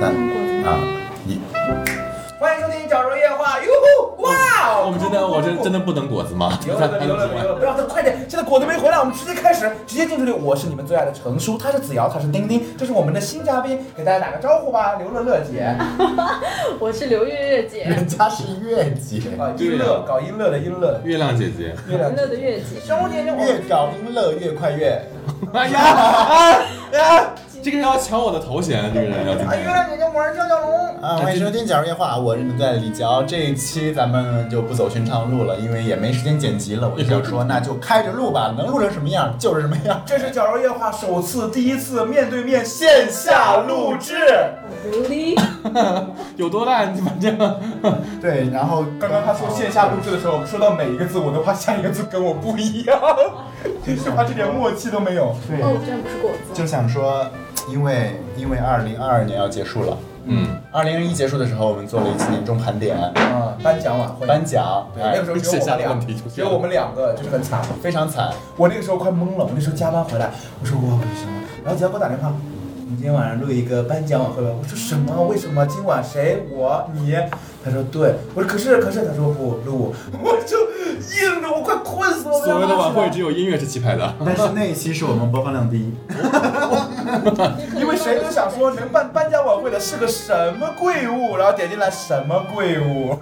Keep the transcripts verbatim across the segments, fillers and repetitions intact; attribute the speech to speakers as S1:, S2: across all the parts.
S1: 三二一，
S2: 欢迎收听《绞肉夜话》。哟呼，哇！
S3: 我们真的，我真真的不能果子吗？
S2: 有了有了有了，不要再快点！现在果子没回来，我们直接开始，直接进这里。我是你们最爱的程叔，他是子瑶，他是丁丁，这是我们的新嘉宾，给大家打个招呼吧，刘乐乐姐。
S4: 我是刘月月姐，
S1: 人家是月姐，
S2: 搞音乐，搞音乐的音乐，
S3: 月亮姐姐，
S2: 月亮
S4: 乐的月姐，
S2: 小姐姐，
S1: 越搞音乐越快乐。
S3: 哎呀哎呀！这个人要抢我的头衔，这个人要。
S2: 哎，月亮姐姐，我是跳跳龙。
S1: 啊，欢迎收听《绞肉夜话》，我是你们最爱的李娇。这一期咱们就不走寻常路了，因为也没时间剪辑了。我就想说，那就开着录吧，能录成什么样就是什么样。
S2: 这是《绞肉夜话》首次、第一次面对面线下录制。
S4: Really？
S3: 有多烂？反正
S1: 对，然后
S2: 刚刚他说线下录制的时候，说到每一个字，我都怕下一个字跟我不一样，就怕这点默契都没有。
S1: 对，
S4: 哦，这不是果子。
S1: 就想说，因为因为二零二二年要结束了。
S3: 嗯，
S1: 二零二一结束的时候，我们做了一期年终盘点，
S2: 啊，颁奖晚会，
S1: 颁奖，
S2: 对，那个时候只有我们俩，只有我们两个，就是很惨，
S1: 非常惨。
S2: 我那个时候快懵了，我那时候加班回来，我说哇不行了，然后姐给我打电话，你今天晚上录一个颁奖晚会吧？我说什么？为什么？今晚谁？我你？他说对，我说可是可是，他说不录，我就硬着，我快困死了。
S3: 所谓的晚会只有音乐是气派的，
S1: 但是那一期是我们播放量第一，
S2: 因为谁都想说能办颁奖晚会的是个什么贵物，然后点进来什么贵物，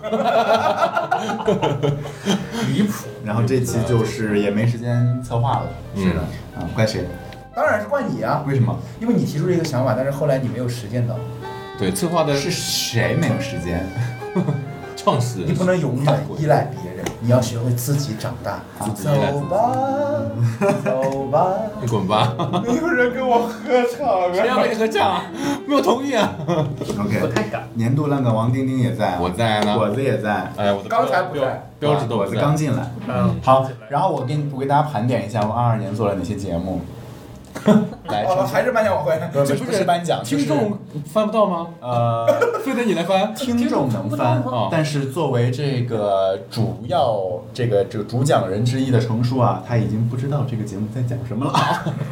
S1: 离谱。然后这期就是也没时间策划了，
S3: 是
S2: 的，
S1: 啊，怪谁？
S2: 当然是怪你啊！
S1: 为什么？
S2: 因为你提出了一个想法，但是后来你没有实践到。
S3: 对，策划的
S1: 是谁没有时间？
S3: 创始人，
S2: 你不能永远依赖别人，你要学会自己长大。
S3: 自己依赖自己
S2: 走吧，走吧，
S3: 你滚吧！
S2: 没有人跟我合唱
S3: 谁要
S2: 啊！
S3: 跟你合唱啊？没有同意啊。
S1: OK， 太敢。年度烂梗王丁丁也在，
S3: 我在呢，
S1: 果子也在。
S3: 哎，我的
S2: 刚才不在，
S3: 标志
S1: 果子刚进来。嗯，好。然后我给你，我给大家盘点一下我二二年做了哪些节目。来，
S2: 哦，还是颁奖晚会，
S1: 不是不是颁奖，
S3: 听众翻不到吗？
S1: 呃，
S3: 非得你来翻，
S1: 听众能翻，但是作为这个主要这个这个主讲人之一的程叔啊，他已经不知道这个节目在讲什么了。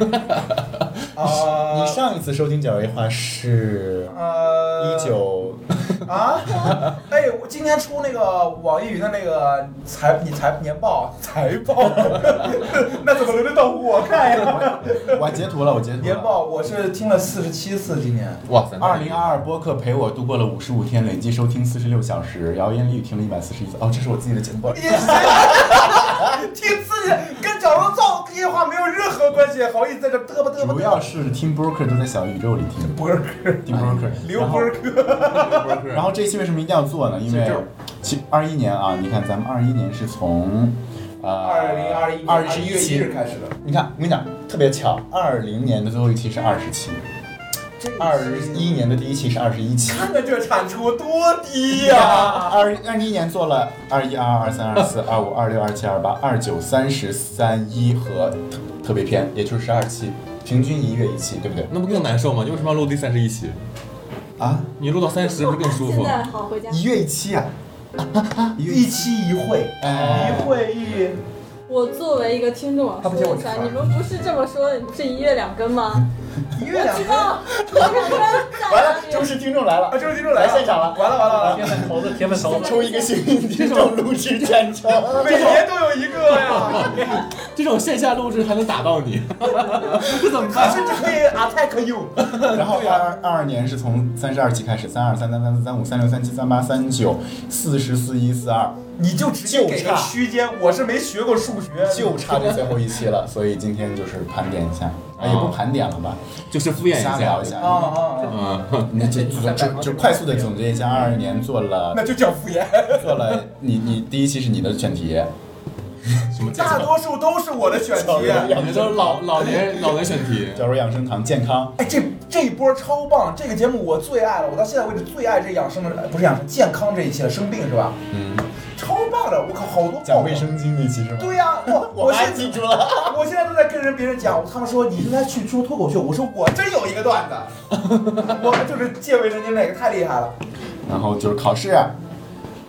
S2: 啊，
S1: 你上一次收听《绞肉夜话》是
S2: 呃
S1: 一九
S2: 啊，哎，我今天出那个网易云的那个财你财年报财报，那怎么轮得到我看呀？
S1: 我截图了，我截图了。
S2: 年报我是听了四十七次，今年。
S3: 哇塞！
S1: 二零二二播客陪我度过了五十五天，累计收听四十六小时，谣言俚语听了一百四十一次。哦，这是我自己的节目。
S2: 听自己跟绞肉造夜话没有任何关系，好意思在这嘚吧嘚吧。
S1: 主要是听播客都在小宇宙里听。
S2: 播客，
S1: 听播客，
S2: 刘播客。
S1: 然后这期为什么一定要做呢？因为其二一年啊，你看咱们二一年是从呃
S2: 二零二一
S1: 二十一期
S2: 日开始的。
S1: 你看，我跟你讲，特别巧，二零年的最后一期是二十期。二一年的第一期是二十一期，
S2: 看看这产出多低呀、啊！
S1: 二二一年做了二一、二二、二三、二四、二五、二六、二七、二八、二九、三十、三一和特特别篇，也就是十二期，平均一月一期，对不对？
S3: 那不更难受吗？你为什么要录第三十一期？
S1: 啊？
S3: 你录到三十不是更舒服？
S4: 现在好回家。
S1: 一月一期啊！
S2: 一期一会，
S1: 哎、
S2: 一会一。
S4: 我作为一个听众啊，说一下，你们不是这么说的，你不是一月两更吗？
S2: 一月两更，
S1: 完了，正式听众来了，
S2: 啊，正式听众来
S1: 现场了，
S2: 完了完了完了，
S5: 铁粉头子，铁粉头子，
S1: 抽一个幸运听众录制全程，
S2: 每年都有一个呀。
S3: 这种线下录制还能打到你，这怎么办？
S2: 甚至可以 attack you。
S1: 然后二二二年是从三十二期开始，三二、三三、三四、三五、三六、三七、三八、三九、四十四一、四二。
S2: 你就直接给个区间，我是没学过数学，
S1: 就差这最后一期了，所以今天就是盘点一下，啊，也不盘点了吧，
S3: 就是敷衍一下，
S1: 聊一下，
S2: 啊啊
S1: 嗯，你这就就快速的总结一下，二二年做了，
S2: 那就叫敷衍，
S1: 做了，你你第一期是你的选题，
S3: 什么？
S2: 大多数都是我的选题，
S3: 你说老老年老年选题，
S1: 绞肉养生堂健康，
S2: 哎，这这一波超棒，这个节目我最爱了，我到现在为止最爱这养生的，不是养生健康这一期了，生病是吧？
S3: 嗯。
S2: 超棒的，我靠，好多
S1: 讲卫生巾那期是吗？
S2: 对呀、啊，我
S1: 我还记住了，
S2: 我现在都在跟人别人讲，他们说你应该去说脱口秀，我说我真有一个段子，我就是借卫生巾那个太厉害了。
S1: 然后就是考试，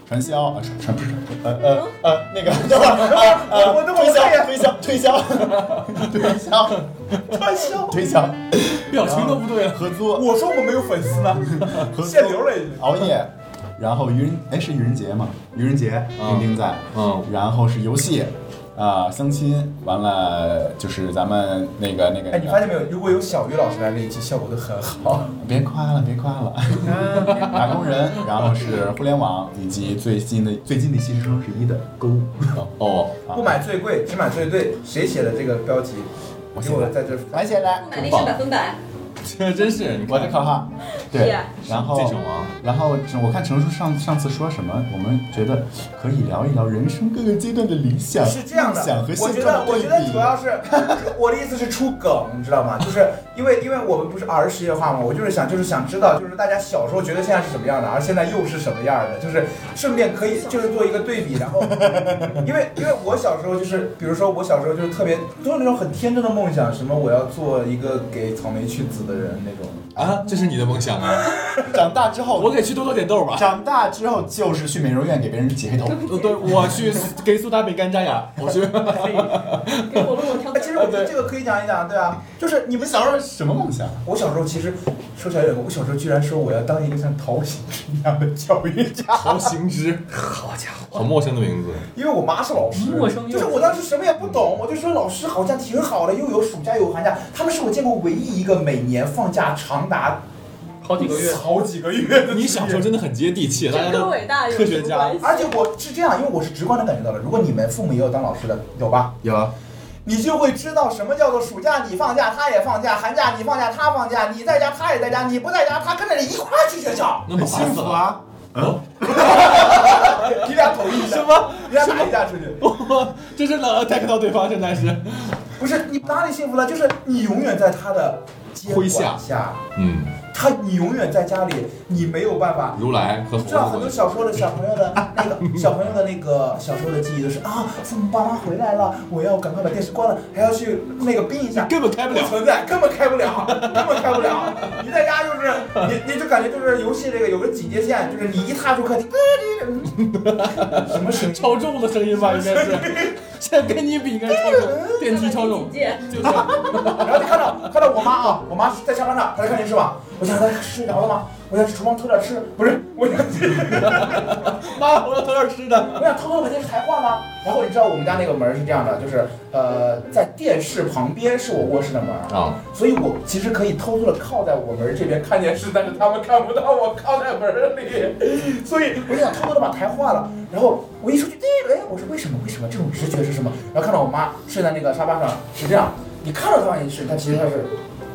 S1: 传销啊，传传不是呃呃呃那个等会儿啊呃
S2: 我等会儿
S1: 推销
S2: 我看一眼
S1: 推销推销推销
S2: 传销。
S1: 推销，
S3: 表情都不对了。
S1: 合租
S2: 我说我没有粉丝呢，
S1: 合租
S2: 限流了已经。
S1: 熬夜，然后愚人哎是愚人节吗？愚人节丁丁在，
S3: 嗯，
S1: 然后是游戏。啊，相亲完了就是咱们那个那个，
S2: 哎，你发现没有？如果有小鱼老师来这一期，效果都很好。
S1: 别夸了，别夸了。打工人，然后是互联网，以及最近的最近的一期是双十一的购物。
S3: 哦，
S2: 不买最贵，只买最对。谁写的这个标题？
S1: 我
S2: 给我在这
S1: 来写来，
S4: 不买历史百分百。
S3: 这真是你
S1: 我的口号。对，然后
S3: 这种啊，
S1: 然后我看程叔上上次说什么，我们觉得可以聊一聊人生各个阶段的理想、
S2: 是这样的，
S1: 梦想和
S2: 我觉
S1: 现状的对
S2: 得我觉得
S1: 比
S2: 主要是我的意思是出梗，你知道吗？就是因为因为我们不是儿时业化嘛，我就是想就是想知道，就是大家小时候觉得现在是什么样的，而现在又是什么样的，就是顺便可以就是做一个对比，然后因为因为我小时候就是比如说我小时候就是特别都是那种很天真的梦想，什么我要做一个给草莓去籽的人那种。
S3: 啊，这是你的梦想啊！
S1: 长大之后，
S3: 我给去多多点豆吧。
S1: 长大之后就是去美容院给别人挤黑头。
S3: 呃，对，我去给苏打饼干扎牙，我去。
S4: 给我录我挑
S2: 哎，其实我觉得这个可以讲一讲，对啊，就是你们
S1: 小时候什么梦想？
S2: 我小时候其实说起来有个，我小时候居然说我要当一个像陶行知一样的教育家。
S3: 陶行知，好家伙，好陌生的名字。
S2: 因为我妈是老师，
S5: 陌生又
S2: 就是我当时什么也不懂，我就说老师好像挺好的，又有暑假又有寒假，他们是我见过唯一一个每年放假长达
S5: 好几个月，
S2: 好几个月的。
S3: 你小时候真的很接地气，大家
S4: 跟
S3: 都
S4: 伟大有
S3: 科学家。
S2: 而且我是这样，因为我是直观的感觉到了，如果你们父母也有当老师的，有吧？
S1: 有。
S2: 你就会知道什么叫做暑假你放假他也放假，寒假你放假他放假，你在家他也在家，你不在家他跟着你一块儿去学校，
S3: 那么
S1: 幸福啊！
S3: 嗯，
S2: 你俩统一一下
S3: 什么？
S2: 你俩打一架出去？
S3: 这是冷 attack 到对方，现在是。
S2: 不是你哪里幸福了？就是你永远在他的监管
S3: 麾
S2: 下，
S3: 嗯，
S2: 他你永远在家里，你没有办法。
S3: 如来和
S2: 知道很多小时候的小朋友的那个小朋友的那个小时候的记忆都是啊，父母爸妈回来了，我要赶快把电视关了，还要去那个冰一下，
S3: 根本开不了
S2: 不存在，根本开不了，根本开不了。你在家就是你你就感觉就是游戏这个有个警戒线，就是你一踏出客厅，什么声音？
S3: 超重的声音吧，应该是。现在跟你比，应该是超重，电梯超重。就是。
S2: 然后你看到看到我妈啊，我妈在沙发上，她在看电视嘛。我想她睡着了吗？我想去厨房偷点吃，不是，我想去。
S3: 妈，我要偷点吃的。
S2: 我想偷偷把电视台换了。然后你知道我们家那个门是这样的，就是呃，在电视旁边是我卧室的门
S3: 啊，
S2: 所以我其实可以偷偷的靠在我门这边看电视，但是他们看不到我靠在门里，所以我就想偷偷的把台换了。然后我一出去，哎，我说为什么？为什么？这种直觉是什么？然后看到我妈睡在那个沙发上是这样，你看到她也是，但其实她是。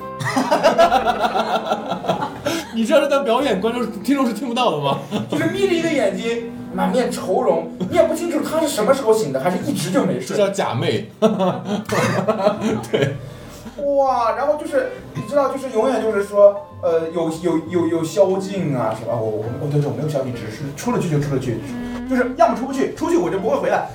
S3: 你这是在表演，观众听众是听不到的吗？
S2: 就是眯着一个眼睛，满面愁容，你也不清楚他是什么时候醒的，还是一直就没睡。
S3: 这叫假寐。对。
S2: 哇，然后就是你知道，就是永远就是说，呃，有有有有宵禁啊什么，我我我对对，我没有宵禁，只是出了去就出了去。就是要么出不去，出去我就不会回来。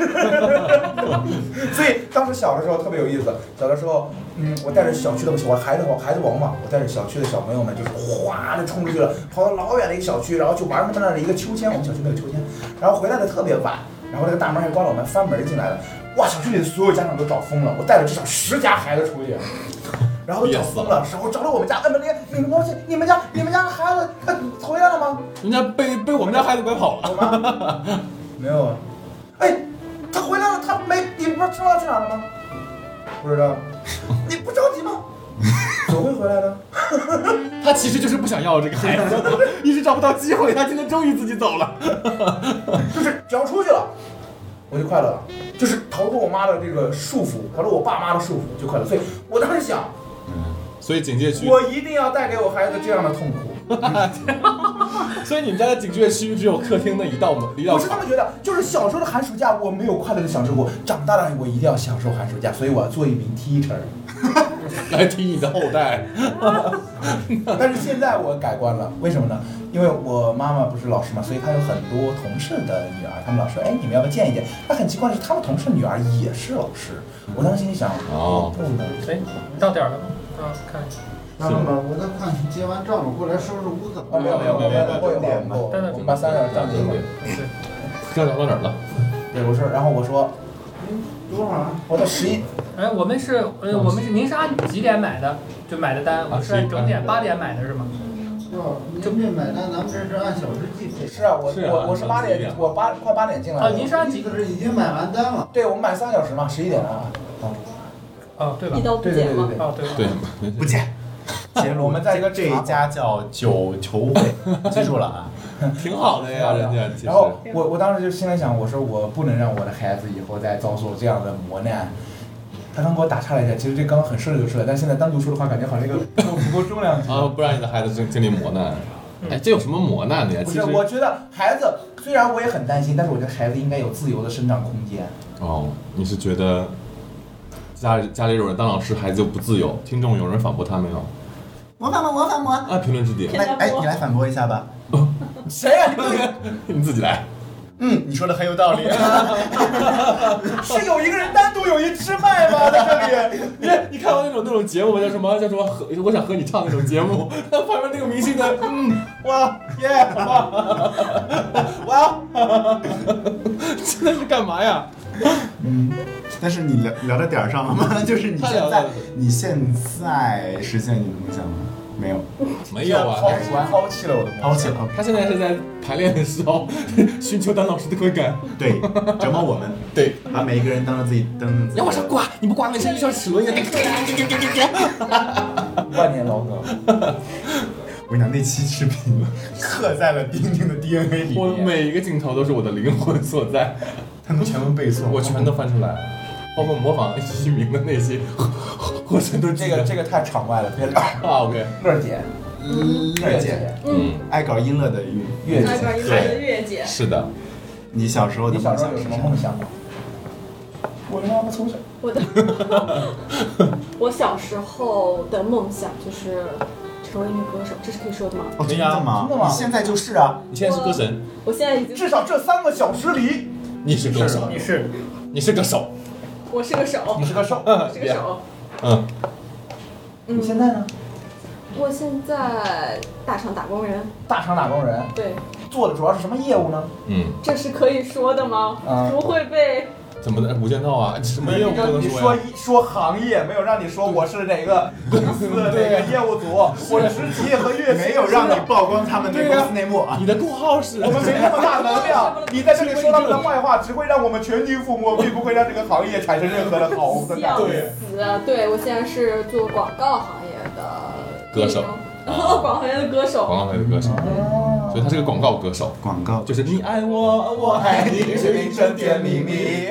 S2: 所以当时小的时候特别有意思。小的时候，嗯，我带着小区的我孩子我孩子王嘛，我带着小区的小朋友们，就是哗就冲出去了，跑到老远的一个小区，然后就玩他们那儿的一个秋千，我们小区没有秋千，然后回来的特别晚，然后那个大门还关了，我们翻门进来了。哇，小区里的所有家长都找疯了，我带了至少十家孩子出去。然后都找疯了，然后找到我们家，摁门铃，你们东西，你们家，你们家孩子回来了吗？
S3: 人家被被我们家孩子拐跑了。
S2: 我妈没有啊。哎，他回来了，他没，你不知道他去哪儿了吗？不知道。你不着急吗？总会回来的。
S3: 他其实就是不想要这个孩子，一直找不到机会，他今天终于自己走了。
S2: 就是只要出去了，我就快乐了，就是逃脱我妈的这个束缚，逃脱我爸妈的束缚就快乐。所以我当时想。
S3: 所以警戒区，
S2: 我一定要带给我孩子这样的痛苦。
S3: 所以你们家的警戒区只有客厅的一道门，一道。
S2: 我是这么觉得，就是小时候的寒暑假我没有快乐的享受过，长大了我一定要享受寒暑假，所以我要做一名 teacher，
S3: 来提你的后代。
S2: 但是现在我改观了，为什么呢？因为我妈妈不是老师嘛，所以她有很多同事的女儿，他们老说，哎，你们要不要见一见？那很奇怪的是，他们同事女儿也是老师。我当时心里想，
S3: 哦，
S2: 不能。
S5: 哎，到点了吗？啊，看一下。 让他们我再看结完账我过来收拾屋子。
S2: 啊，没有没有没有没有，会有
S1: 点吧
S2: 我我们把三个小时账结了。
S3: 刚聊到哪儿了？
S2: 对，我说，然后我说，
S5: 多少啊？
S2: 我到十一，
S6: 哎，我们是呃我们是您是按几点买的？就买的单，我是按整点八点买的是吗？
S5: 哦，您这买单，咱们这是按小时计费。
S2: 是啊，我我我是八点，我八快八点进来
S6: 啊，
S2: 的。
S6: 您是按几？
S5: 意思是已经买完单了。
S2: 对，我们买三个小时嘛，十一点啊。
S6: 哦，对吧
S4: 一？刀不剪吗？
S6: 哦，对
S3: 对，
S1: 不减。揭露
S2: 我们在一个
S1: 这一家叫九球会，记住了啊。
S3: 挺好的呀，人家其实。
S2: 然后我我当时就心里想，我说我不能让我的孩子以后再遭受这样的磨难。他刚给我打岔了一下，其实这刚刚很顺利就出来，但现在单独说的话，感觉好像这个不够重量级。
S3: 啊，不让你的孩子经经历磨难。哎，这有什么磨难的呀？
S2: 不是，
S3: 其实
S2: 我觉得孩子虽然我也很担心，但是我觉得孩子应该有自由的生长空间。
S3: 哦，你是觉得家里家里有人当老师，孩子就不自由？听众有人反驳他没有？
S1: 我反驳，我反驳。
S3: 啊，评论区点。
S1: 来，哎，你来反驳一下吧。
S2: 谁呀、啊？你
S3: 你自己来。
S1: 嗯，你说的很有道理。
S2: 是有一个人单独有一支麦吗？在这里？
S3: 你你看过那种那种节目叫什么叫什么和我想和你唱那种节目，他旁边那个明星的嗯哇耶哇哇，现在是干嘛呀？
S1: 嗯，但是你聊聊到点儿上了吗？就是你现在你现在实现你的梦想吗？没有，
S3: 没有啊，
S2: 抛弃抛弃了我的
S1: 抛弃了。
S3: 他现在是在排练的时候寻求当老师的快感，
S1: 对，折磨我们，
S3: 对，
S1: 把每一个人当成自己当成自己。
S3: 你往上挂，你不挂那声音像齿轮一样。
S2: 万年老梗。
S1: 我跟你讲，那期视频刻在了丁丁的 D N A 里面，
S3: 我每一个镜头都是我的灵魂所在，
S1: 他能全部背诵，
S3: 我全都翻出来，包括模仿一鸣的那些，我全都
S2: 这个这个太场外了，别乐。
S3: 啊 OK，
S2: 乐姐，
S1: 乐姐，
S3: 嗯，
S1: 爱搞音乐的乐
S2: 乐姐，
S4: 那边一来的月姐，
S3: 是的，
S1: 你小时候的
S2: 你小
S1: 梦想
S2: 时候有什么梦想吗？我他妈从小，
S4: 我的，我小时候的梦想就是成为一名歌手，这是可以说的吗？
S1: 哦，真的吗？
S2: 真的吗
S1: 你现在就是啊，
S3: 你现在是歌神，
S4: 我现在已经
S2: 至少这三个小时里，
S3: 你是歌手，
S6: 你是
S3: 你是歌手，
S4: 我是个手，
S2: 你是个手。
S4: 我是个手。
S3: 嗯，
S4: 嗯，
S2: 你现在呢？
S4: 我现在大厂打工人，
S2: 大厂打工人，
S4: 对，
S2: 做的主要是什么业务呢？
S3: 嗯，
S4: 这是可以说的吗？
S2: 啊
S4: 不会被
S3: 怎么的？无间道啊，什么业务不能
S2: 你
S3: 说呀？
S2: 说一说行业，没有让你说我是哪个公司的哪个业务组，我职级和月薪
S1: 没有让你曝光他们的公司内幕啊。
S3: 你的括号是？
S2: 我们没那么大能量，你在这里说他们的坏话，只会让我们全军覆没，并不会让这个行业产生任何的好的
S4: 笑
S2: 感觉。
S4: 死啊！对，我现在是做广告行业的
S3: 歌手，
S4: 哦，广告行业的歌手。
S3: 广告行业的歌手，所以他是个广告歌手，
S1: 广告
S3: 就是你爱我，我爱你，
S2: 是名声甜蜜蜜。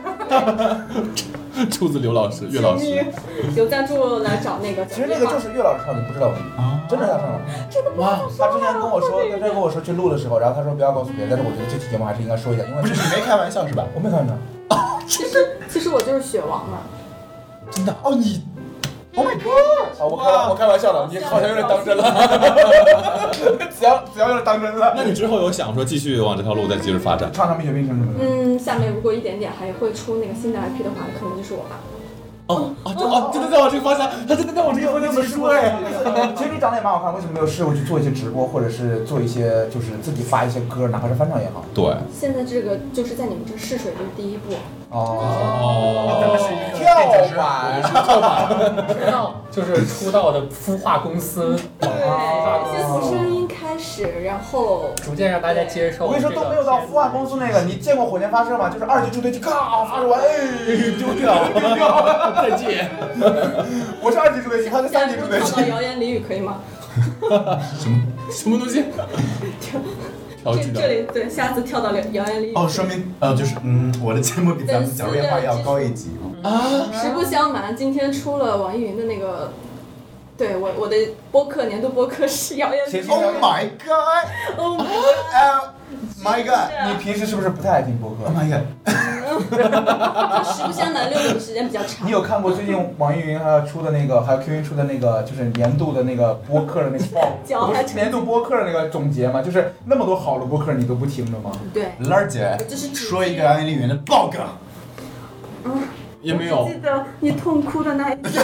S3: 出自刘老师、岳老师。
S4: 有赞助来找那个。
S2: 其实那个就是岳老师唱的，你不知道吗？
S1: 啊，
S2: 真的他唱的。
S4: 真的不
S2: 哇！他之前跟我说，他之前跟我说去录的时候，然后他说不要告诉别人，但是我觉得这期节目还是应该说一下，因为
S1: 不是你没开玩笑是吧？
S2: 我没看到。
S4: 其实其实我就是雪王嘛。
S1: 真的哦，你
S2: Oh my god！啊，我开我开玩笑的，你好像有点当真了。子阳子阳有点当真了。
S3: 那你之后有想说继续往这条路再继续发展？
S2: 唱唱蜜雪冰城什么的。
S4: 嗯，下面如果一点点还会出那个新的 I P 的话，可能就是我吧。
S3: 哦啊，真哦，真的在往这个方向，他真的在往这个方向在说哎。
S2: 其实你长得也蛮好看，为什么没有试过去做一些直播，或者是做一些就是自己发一些歌，哪怕是翻唱也好？
S3: 对。
S4: 现在这个就是在你们这试水的第一步。
S3: 哦，
S2: 跳板，
S3: 跳板，
S6: 出道就是出道的孵化公司，
S4: 对，先从声音开始，然后
S6: 逐渐让大家接受。
S2: 我跟你说都没有到孵化公司那个，你见过火箭发射吗？就是二级助推器咔发射完，哎，丢掉，丢掉，
S3: 再见。
S2: 我是二级助推器，他是三级助推器。
S4: 跳到谣言俚语可以吗？
S3: 什么什么东西？
S4: 这这里对，下次跳到谣言俚语。
S1: 哦，说明呃，就是嗯，我的节目比咱们讲电话要高一级
S4: 啊。实不相瞒，今天出了网易云的那个，对我我的播客年度播客是谣言俚语。
S1: Oh my god!
S4: Oh my
S1: god! My god!
S2: 你平时是不是不太爱听播客
S1: ？Oh my god!
S4: 实不相瞒，溜溜的时间比较长。
S2: 你有看过最近网易云还有出的那个，还有 Q 音出的那个，就是年度的那个播客的那个报，不是年度播客的那个总结嘛？就是那么多好的播客，你都不听着吗？
S4: 对。
S1: 兰儿姐，说一个谣言俚语的爆梗。
S4: 嗯，
S3: 也没有
S4: 记。得你痛哭的那一次。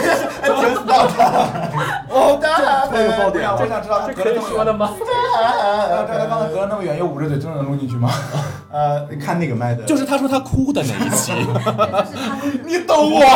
S1: 哦，当然，
S3: 这个爆点
S2: 我想知道他
S6: 这可以
S2: 隔了那么远，
S6: 说的吗？
S2: 我知道他刚才隔了那么远，用捂着嘴真的能录进去吗？
S1: 呃，看那个麦的，
S3: 就是他说他哭的那一期，
S1: 你懂我。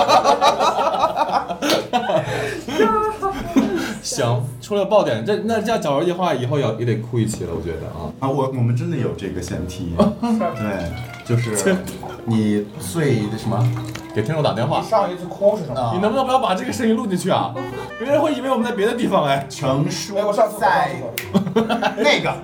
S3: 行，出了爆点，这那这样绞肉计划以后也也得哭一期了，我觉得啊。
S1: 啊，我我们真的有这个选题，对，就是你最的什么？
S3: 给听众打电话，
S2: 上一次哭是什么？
S3: 你能不能不要把这个声音录进去啊？别人会以为我们在别的地方哎。
S1: 程叔
S2: 哎，我上次
S1: 在那个，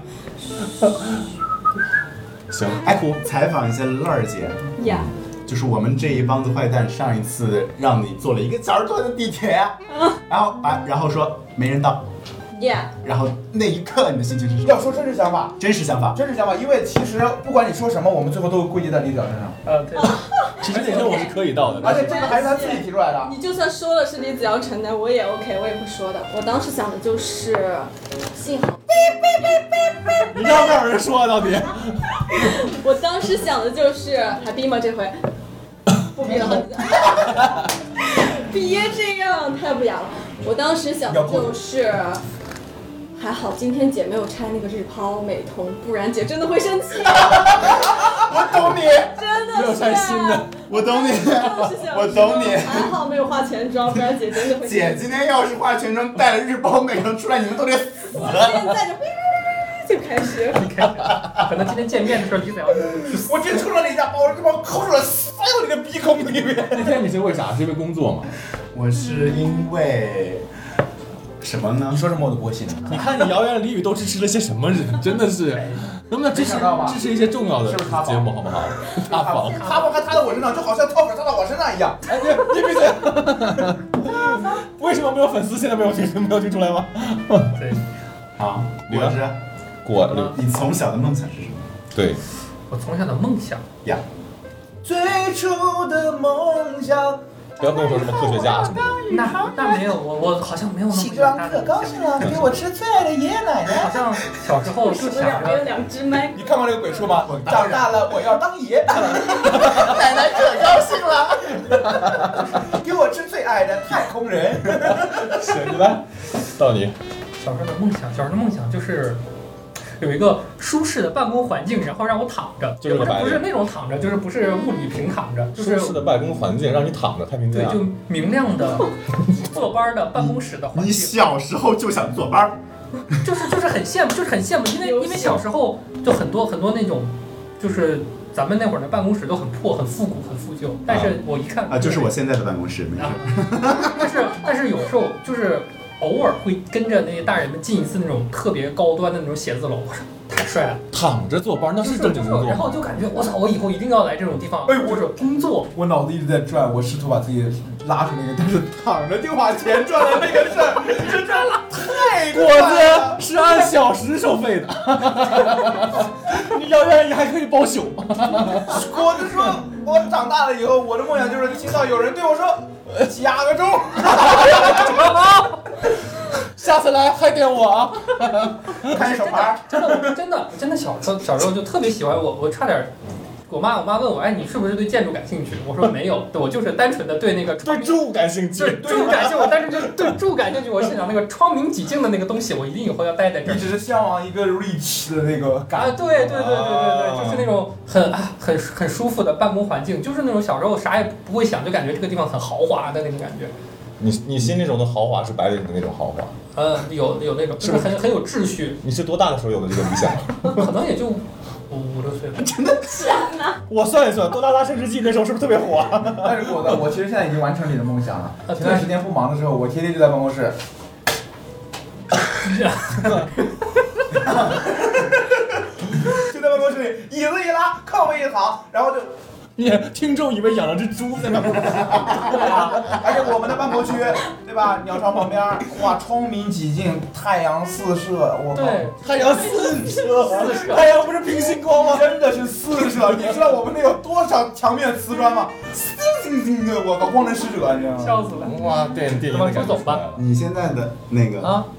S3: 行，
S1: 哎
S3: 哭，
S1: 采访一下乐儿姐，
S4: 呀，
S1: 就是我们这一帮子坏蛋，上一次让你坐了一个小时多的地铁，然后把然后说没人到，
S4: 呀，
S1: 然后那一刻你的心情是什么？
S2: 要说真实想法，
S1: 真实想法。
S2: 真实想法，因为其实不管你说什么，我们最后都会归结在李角身上，
S6: 呃，对，
S3: 其实那天我是可以到的，
S2: 而且这个还是他自己提出来的。
S4: 你就算说了是李子瑶承担，我也 OK，我也会说的。我当时想的就是，幸好，
S3: 你让不让人说啊？到底？
S4: 我当时想的就是还逼吗？这回不逼了，别这样，太不雅了。我当时想的就是。还好今天姐没有拆那个日抛美瞳，不然姐真的会生气。
S1: 我懂你，
S4: 真的是。
S3: 没有拆新的，
S1: 我懂你，我懂你。
S4: 还好没有化全妆，不然姐真的会生气。
S1: 姐今天要是化全妆带了日抛美瞳出来，你们都得死。
S4: 我现在就就开始。
S6: 你看，可能今天见面的时候，李子瑶，
S2: 我真冲着你一下，把我这帮抠出来塞到你的鼻孔里面。
S3: 那天你是为啥？是因为工作吗？
S1: 我是因为什么呢？
S2: 你说什么我都不会信的。
S3: 你看你谣言俚语都支持了些什么人？真的是，能不能支持支持一些重要的节目好不好？塌房，
S2: 塌房还塌到我身上，就好像跳水塌到我身上一样。
S3: 哎，你你闭嘴！为什么没有粉丝现在没有听没有听出来吗？
S6: 对，
S1: 好，果汁，
S3: 果
S1: 你从小的梦想是什么？
S3: 对，
S6: 我从小的梦想
S1: 呀，
S2: 最初的梦想。
S3: 不要跟我说什么科学家什么的。
S6: 那那没有，我我好像没有那么
S2: 起床可高兴了，给我吃最爱的爷爷奶奶。
S6: 好像小时候就想着，
S4: 两边两只麦。
S2: 你看过那个鬼畜吗？长大了我要当爷，
S1: 奶奶可高兴了，
S2: 给我吃最爱的太空人。
S3: 行，你来，到你。
S6: 小时候的梦想，小时候的梦想就是有一个舒适的办公环境，然后让我躺着，
S3: 就是
S6: 不是不是那种躺着，就是不是物理平躺着，就是
S3: 舒适的办公环境让你躺着，太平
S6: 对，
S3: 间。
S6: 就明亮的坐班的办公室的环
S1: 你
S6: 境。
S1: 小时候就想坐班儿，
S6: 就是就是很羡慕，就是很羡慕，因为因为小时候就很多很多那种，就是咱们那会儿的办公室都很破、很复古、很复旧，但是我一看
S1: 啊，就是我现在的办公室，没事。
S6: 但是但是有时候就是偶尔会跟着那些大人们进一次那种特别高端的那种写字楼，我说太帅了，
S3: 躺着坐班那是正经工作
S6: 然后就感觉我操，我以后一定要来这种地方，
S2: 哎
S6: 或者工作。
S2: 我脑子一直在转，我试图把自己拉出那个，但是躺着就把钱赚的那个事儿，这赚了太
S3: 果子是按小时收费的，你要愿意还可以包宿。
S2: 果子说，我长大了以后，我的梦想就是听到有人对我说，加个钟。
S3: 下次来还点我啊！
S2: 开手牌。
S6: 真的，我真的真的小时候小时候就特别喜欢我，我差点。我妈，我妈问我，哎，你是不是对建筑感兴趣？我说没有，对我就是单纯的对那个
S3: 对住感兴趣，
S6: 对住感兴趣，我单纯就是对住感兴趣。我是想那个窗明几净的那个东西，我一定以后要待在这儿。
S2: 你只是向往一个 rich 的那个感
S6: 啊，对对对对对对，就是那种很啊很很舒服的办公环境，就是那种小时候啥也不会想，就感觉这个地方很豪华的那种感觉。
S3: 你你心里中的豪华是白领的那种豪华？
S6: 呃，有有那种，就是很很有秩序。
S3: 你是多大的时候有的这个理想？
S6: 可能也就。五六岁了，
S1: 真的
S4: 天哪！
S3: 我算一算，《多拉拉升职记》那时候是不是特别火？
S2: 但是我的，我其实现在已经完成你的梦想了。前段时间不忙的时候，我天天就在办公室。就在办公室里，椅子一拉，靠背一躺，然后就。
S3: 你听众以为养了只猪在那。
S2: 对啊，而且我们的办公区，对吧？鸟巢旁边，哇，窗明几净，太阳四射，我靠！
S6: 对，
S3: 太阳四射，四射，太阳不是平行光吗？
S2: 真的是四射！你知道我们那有多少墙面瓷砖吗？星星星的，我靠，光能使者，你知道吗？
S6: 笑死了！
S3: 哇，电电影的感觉。
S6: 走吧。
S1: 你现在的那个
S6: 啊，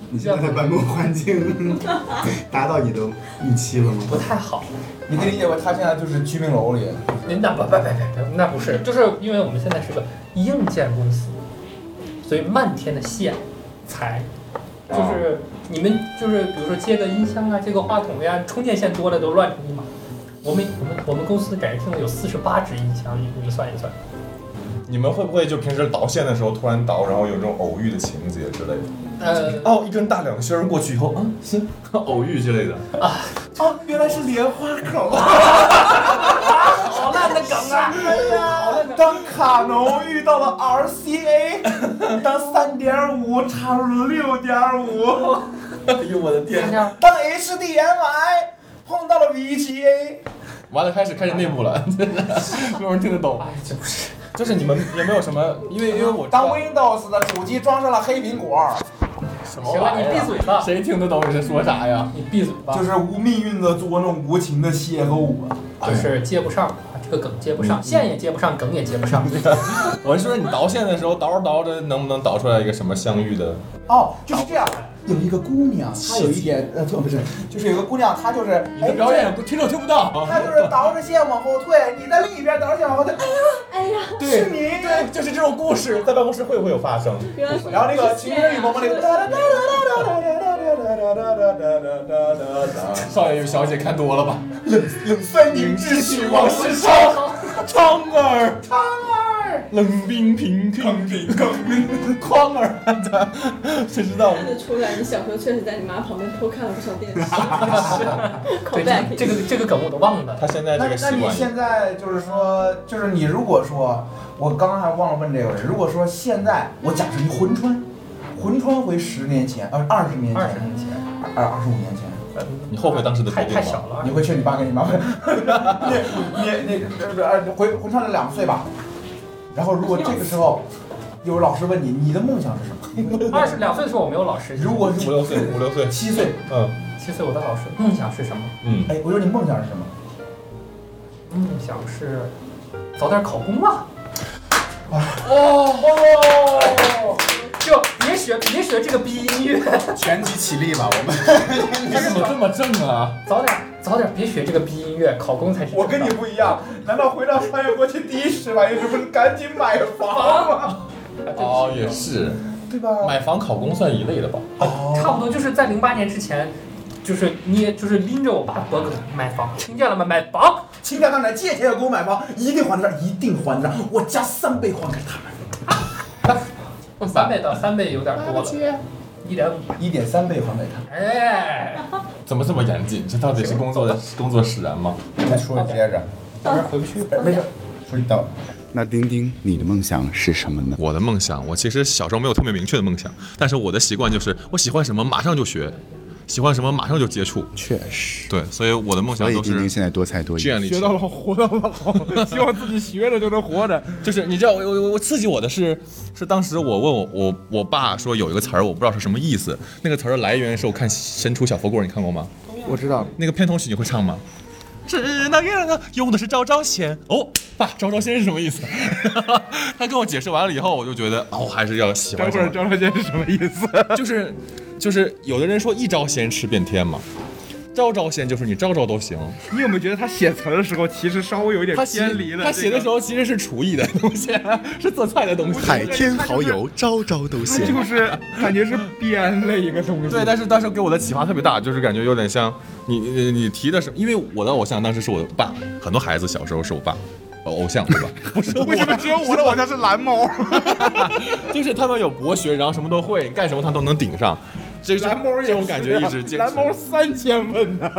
S2: 你现在的办公环境达到你的预期了吗？
S6: 不太好。
S2: 你可以理解为他现在就是居民楼里。
S6: 那不不不不不，那不是，就是因为我们现在是个硬件公司，所以漫天的线材，就是你们就是比如说接个音箱啊，接个话筒呀，充电线多了都乱成一马。我们我们我们公司感觉厅有四十八支音箱，你你们算一算。
S3: 你们会不会就平时导线的时候突然导，然后有这种偶遇的情节之类的？
S6: 呃，
S3: 哦，一根大两芯儿过去以后，啊，行，偶遇之类的。
S6: 啊，
S2: 哦，原来是莲花口。
S6: 好烂的梗啊！
S2: 哎呀，当卡农遇到了 R C A， 当三点五插入了六点五，哎呦我的天！当 H D M I 碰到了 V G A，
S3: 完了，开始开始内部了，没有人听得懂。
S6: 哎，这不是。
S3: 就是你们有没有什么？因为因为我
S2: 当 Windows 的主机装上了黑苹果，
S3: 什么
S6: 行了，你闭嘴吧。
S3: 谁听得懂你在说啥呀？
S6: 你闭嘴吧。
S2: 就是无命运的捉弄，无情的邂逅啊！
S6: 就是接不上啊，这个梗接不上，线也接不上，梗也接不上。
S3: 我是说你导线的时候导着导着，能不能导出来一个什么相遇的？
S2: 哦，就是这样。有一个姑娘，她有一点呃，不是，就是有个姑娘，她就是
S3: 你的表演听众听不到，
S2: 她就是倒着线往后退，你在另一边倒着线往后退，哎呀，
S4: 哎呀，
S3: 对，
S2: 是你，
S3: 对，就是这种故事，在办公室会不会有发生？
S2: 然后那个情深雨蒙蒙那个哒哒哒哒哒哒哒哒哒哒哒哒，
S3: 少爷与小姐看多了吧？
S2: 冷冷酸凝脂去往事长，
S3: 昌儿，
S2: 苍儿，
S3: 冷冰平平平平，框儿，谁知道？
S4: 看得出来，你小时候确实在你妈旁边偷看了不少电视。
S6: 对，这个这个梗我都忘了。
S3: 他现在这个习惯。
S2: 那那你现在就是说，就是你如果说，我刚刚还忘了问这个人，如果说现在我假设你魂穿，魂穿回十年前，呃，二十年前，
S6: 二十年前，
S2: 二二十五年前。
S3: 你后悔当时的
S6: 太
S3: 决定吗？
S6: 太小了，
S2: 你会劝你爸跟你妈，你你你呃回回上了两岁吧，然后如果这个时候有老师问你，你的梦想是什么？
S6: 二十两岁的时候我没有老师，
S2: 如果
S3: 五六岁，五六岁，
S2: 七岁，
S3: 嗯
S6: 七岁我的老师梦想是什么？
S3: 嗯，
S2: 哎，我说你梦想是什么？
S6: 梦想是早点考公啊！
S2: 哦哦，
S6: 就别学别学这个逼音乐，
S1: 全体起立吧，我们。
S3: 你怎么这么正啊？
S6: 早点早点别学这个逼音乐，考公才是。
S2: 我跟你不一样，难道回到穿越过去第一时反应是不是赶紧买房吗？
S3: 哦，也是，
S2: 对吧？
S3: 买房考公算一类的吧？
S2: 哦，
S6: 差不多就是在零八年之前，就是你就是拎着我爸脖子买房，听见了吗？买房！
S2: 亲家刚才借钱要给我买房，一定还得上，一定还得上，我加三倍还给他们。
S6: 三倍到三倍有点多了，一点五，
S2: 一点三倍还给他。
S6: 哎，
S3: 怎么这么严谨？这到底是工作的工作使然吗？
S2: 再说接着，
S6: 到时候回不去。
S2: 没事，
S1: 说到。
S7: 那丁丁，你的梦想是什么呢？
S8: 我的梦想，我其实小时候没有特别明确的梦想，但是我的习惯就是我喜欢什么马上就学，喜欢什么马上就接触。
S7: 确实，
S8: 对，所以我的梦想
S7: 所以
S8: 都是
S7: 丁丁现在多才多艺，
S8: 建立起来。
S2: 学到老，活到老，希望自己学着就能活着。
S8: 就是你知道，我我我刺激我的是，是当时我问我我我爸说有一个词儿，我不知道是什么意思。那个词儿的来源是我看《神厨小佛锅》，你看过吗？
S2: 我知道。
S8: 那个片头曲你会唱吗？是那个呢，用的是招招仙哦，爸，招招仙是什么意思？他跟我解释完了以后，我就觉得哦，还是要喜欢什么。
S2: 招招仙是什么意思？
S8: 就是就是有的人说一招鲜吃遍天嘛，招招鲜就是你招招都行。
S2: 你有没有觉得他写词的时候其实稍微有一点
S8: 他
S2: 偏离了？
S8: 他写的时候其实是厨艺的东西，是做菜的东西。
S7: 海天蚝油，招招都鲜。
S2: 就是感觉是编了一个东西。
S8: 对，但是当时给我的启发特别大，就是感觉有点像你你你提的是，因为我的偶像当时是我爸，很多孩子小时候是我爸。偶像对吧？不是，
S2: 为什么只有我的偶像是蓝猫？
S8: 就是他们有博学，然后什么都会，干什么他都能顶上。这
S2: 蓝猫
S8: 这种感觉一直坚持。
S2: 蓝猫三千问呢。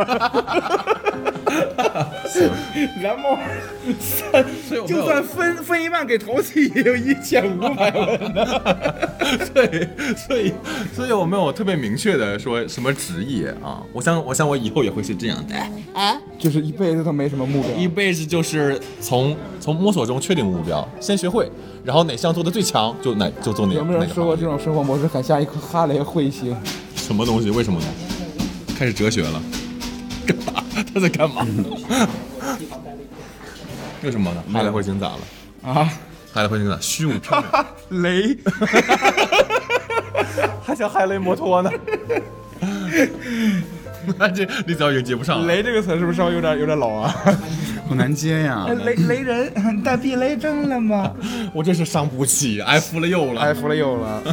S2: 蓝猫三，就算分分一半给淘气，也有一千五百问呢。
S8: 对，所以所以我没有特别明确的说什么职业啊。我想我想我以后也会是这样的啊，
S2: 就是一辈子都没什么目标，
S8: 一辈子就是从从摸索中确定目标，先学会，然后哪项做的最强就哪就做哪。
S2: 有没有人说过这种生活模式很像一颗哈雷彗星？
S8: 什么东西？为什么呢？开始哲学了。干嘛？他在干嘛？为什么呢？哈雷彗星咋了？
S2: 啊？
S8: 哈雷彗星咋？虚无缥缈。
S2: 雷。
S8: 还想海雷摩托呢。那这李子瑶已经接不上了。
S2: 雷这个词是不是稍微有点有点老啊？
S1: 好难接呀。
S2: 雷雷人带避雷针了吗？
S8: 我真是伤不起，挨服了又了，
S2: 挨服了又了。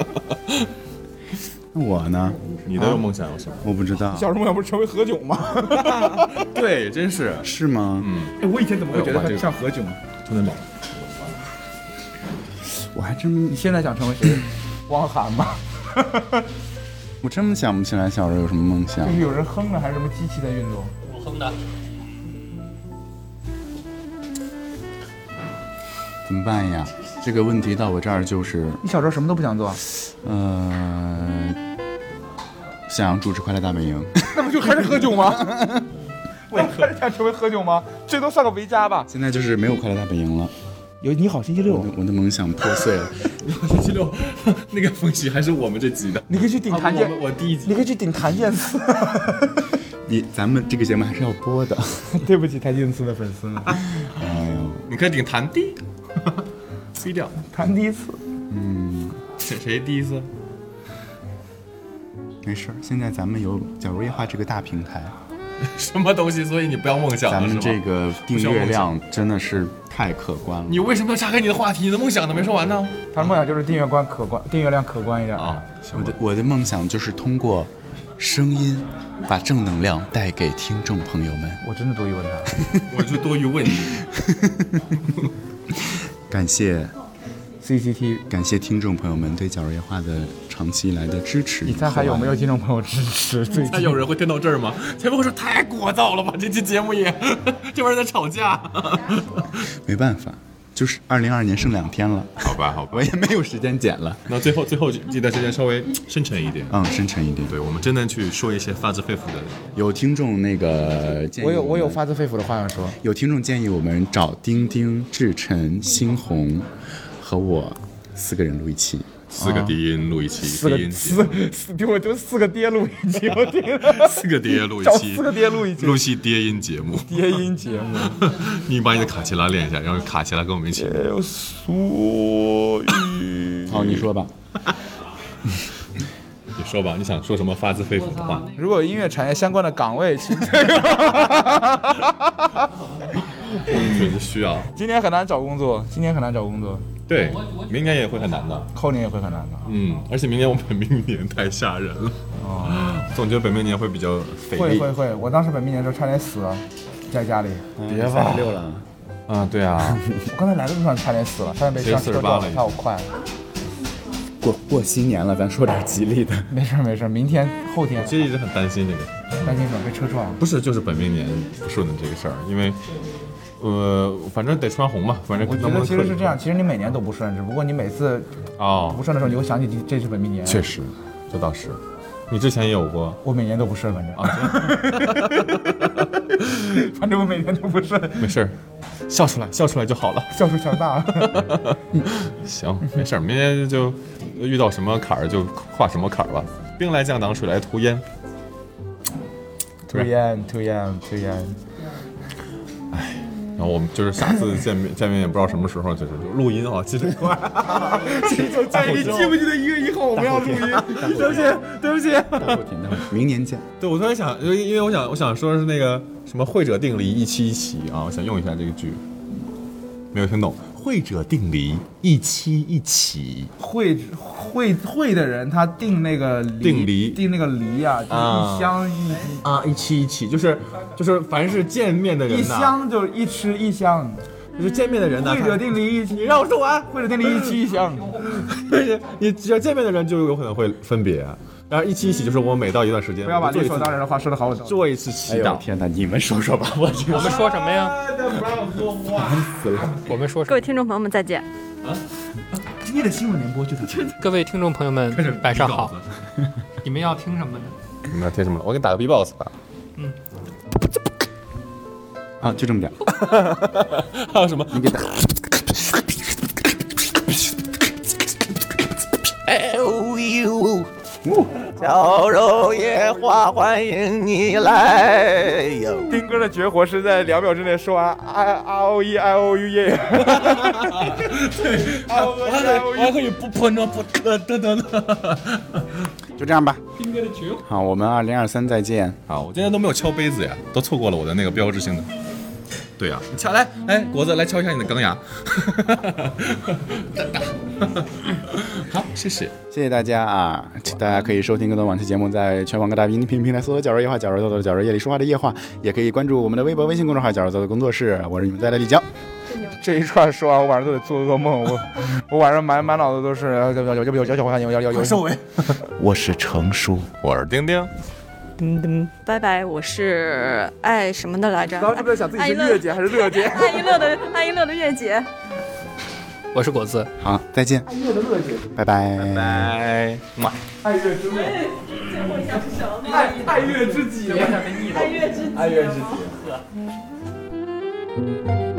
S1: 那我呢？
S8: 你的梦想有什么？
S1: 我不知道。
S2: 小时候梦想不是成为何炅吗？
S8: 对，真是
S1: 是吗？
S8: 嗯。
S2: 哎，我以前怎么会觉得他像何炅？
S8: 充电宝。
S1: 我还真……
S2: 你现在想成为谁？汪涵吗？
S1: 我真想不起来小时候有什么梦想。
S2: 就是有人哼的，还是什么机器在运动？
S6: 我哼的。
S1: 怎么办呀？这个问题到我这儿就是……
S2: 你小时候什么都不想做？
S1: 呃，想主持快乐大本营。
S2: 那不就还是何炅吗？我还是想成为何炅吗？最多算个维嘉吧。
S1: 现在就是没有快乐大本营了。
S2: 有你好星期六，
S1: 我的我的梦想破碎了。
S8: 你好星期六，那个风喜还是我们这集的。
S2: 你可以去顶谭健、
S8: 啊，我, 我第一集。
S2: 你可以去顶谭健次。
S1: 你咱们这个节目还是要播的。
S2: 对不起谭健次的粉丝们。
S1: 哎呦，
S8: 你可以顶谭弟。低调。
S2: 谭第一次。
S1: 嗯。
S8: 谁谁第一次？
S1: 没事，现在咱们有假如夜话这个大平台。
S8: 什么东西？所以你不要梦想了。
S1: 咱们这个订阅量真的是太可观了。
S8: 你为什么要岔开你的话题？你的梦想都没说完呢。
S2: 他的梦想就是订阅观可观，订阅量可观一点
S8: 啊。
S1: 我的我的梦想就是通过声音把正能量带给听众朋友们。
S2: 我真的多余问他，
S8: 我就多余问你。
S1: 感谢
S2: C C T V，
S1: 感谢听众朋友们对假如夜话的长期以来的支持。
S2: 你猜还有没有听众朋友支持？最近
S8: 还有人会听到这儿吗？前面会说太聒噪了吧，这期节目也这边在吵架。
S1: 没办法，就是二零二二年剩两天了。
S8: 好吧，好吧，
S1: 我也没有时间剪了。
S8: 那最后最后这段时间稍微深沉一点，
S1: 嗯，深沉一点。
S8: 对，我们真的去说一些发自肺腑的。
S1: 有听众那个建议
S2: 我有我有发自肺腑的话要说。
S1: 有听众建议我们找丁丁、志晨、猩红和我四个人录一期。
S8: 四个低音录一期，
S2: 四个四四，比我就四个爹录一期，我听
S8: 四个爹录一期，
S2: 四个爹录一期，
S8: 录期爹音节目，
S2: 爹音节目。
S8: 你把你的卡奇拉练一下，让卡奇拉跟我们一起。
S2: 所以，
S1: 好，你说吧。
S8: 你说吧，你想说什么发自肺腑的话？
S2: 如果有音乐产业相关的岗位，请。
S8: 确实需要。
S2: 今年很难找工作，今年很难找工作。
S8: 对，明年也会很难的，
S2: 后年也会很难的。
S8: 嗯，而且明年我本命年太吓人了。哦，总觉得本命年会比较肥
S2: 会会会，我当时本命年的时候差点死了，在家里。
S1: 别吧，六了。
S8: 啊，对啊。
S2: 我刚才来的路上差点死了，差点被上车撞了，太快。
S1: 过过新年了，咱说点吉利的。
S2: 没事没事，明天后天。
S8: 我其实一直很担心这个。
S2: 担心什么？被车撞？
S8: 不是，就是本命年不顺的这个事儿，因为。呃，反正得穿红嘛，反正
S2: 我觉得其实是这样，其实你每年都不顺，只不过你每次
S8: 哦
S2: 不顺的时候，你会想起这是本命年。
S8: 确实，这倒是。你之前也有过？
S2: 我每年都不顺，反正
S8: 啊，
S2: 反正我每年都不顺。
S8: 没事儿，笑出来，笑出来就好了，
S2: 笑出强大。
S8: 行，没事儿，明年就遇到什么坎儿就跨什么坎儿吧。兵来将挡，水来土掩。
S2: 土掩，土掩，土掩。
S8: 哎。然后我们就是下次见面见面也不知道什么时候，就是就录音啊，记得快。
S2: 你记不记得一月一号我们要录音？对不起，对不起。
S1: 明年见。
S8: 对，我突然想，因为因为我想我想说的是那个什么会者定离一期一期啊，我想用一下这个剧，没有听懂。会者定离一期一起，
S2: 会会会的人他定那个
S8: 定离
S2: 定那个离啊，就一箱一
S8: 啊一期一起，就是就是凡是见面的人，
S2: 一箱就一吃一箱，
S8: 就是见面的人呢。
S2: 会者定离一期，
S8: 你让我说完。
S2: 会者定离一期一箱，
S8: 你只要见面的人就有可能会分别。然后一期一起就是我每到一段时间，
S2: 不要把理所当然的话说得好。
S8: 做一次祈祷。
S1: 天哪，你们说说吧，我
S6: 我们说什么呀？
S1: 死了。
S6: 我们说。
S4: 各位听众朋友们，再见。
S8: 啊，
S2: 今天的新闻联播就到这里。
S6: 各位听众朋友们，晚上好。你们要听什么呢？
S8: 你们要听什么？我给你打个 B box 吧。
S6: 嗯。
S1: 啊，就这么点。
S8: 还有什么？
S1: 你给打。
S9: Oh, you 绞肉野花欢迎你来哟。
S2: 丁哥的绝活是在两秒之内说完 I R O E I O U 耶。
S8: 对，我还可以我还可以不喷着不噔噔噔噔。
S7: 就这样吧。
S6: 丁哥的绝活。
S7: 好，我们二零二三再见。
S8: 好，我今天都没有敲杯子呀，都错过了我的那个标志性的。对呀、啊，你敲来，来，果子来敲一下你的钢牙。好，谢谢，
S7: 谢谢大家啊！大家可以收听更多往期节目，在全网各大音频平台搜索“绞肉夜话”，绞肉豆豆绞肉夜里说话的夜话，也可以关注我们的微博、微信公众号“绞肉豆豆工作室”。我是你们在的李娇。
S2: 这一串说完，我晚上都得做噩梦。我我晚上满满脑子都是要要要要要要要要要收尾。
S7: 我是程叔，
S8: 我是丁丁。
S4: 噔噔，拜拜！我是爱什么的来着？
S2: 刚刚是不是想自己是月姐还是乐姐？
S4: 爱一乐的爱一乐的月姐。
S6: 我是果子。
S7: 好，再见。
S2: 爱乐的乐姐。
S7: 拜拜。
S8: 拜拜。
S6: 妈。
S2: 爱乐之乐。
S4: 最后一下是什么？
S2: 爱爱乐之己。
S4: 爱乐之己。
S2: 爱乐之己。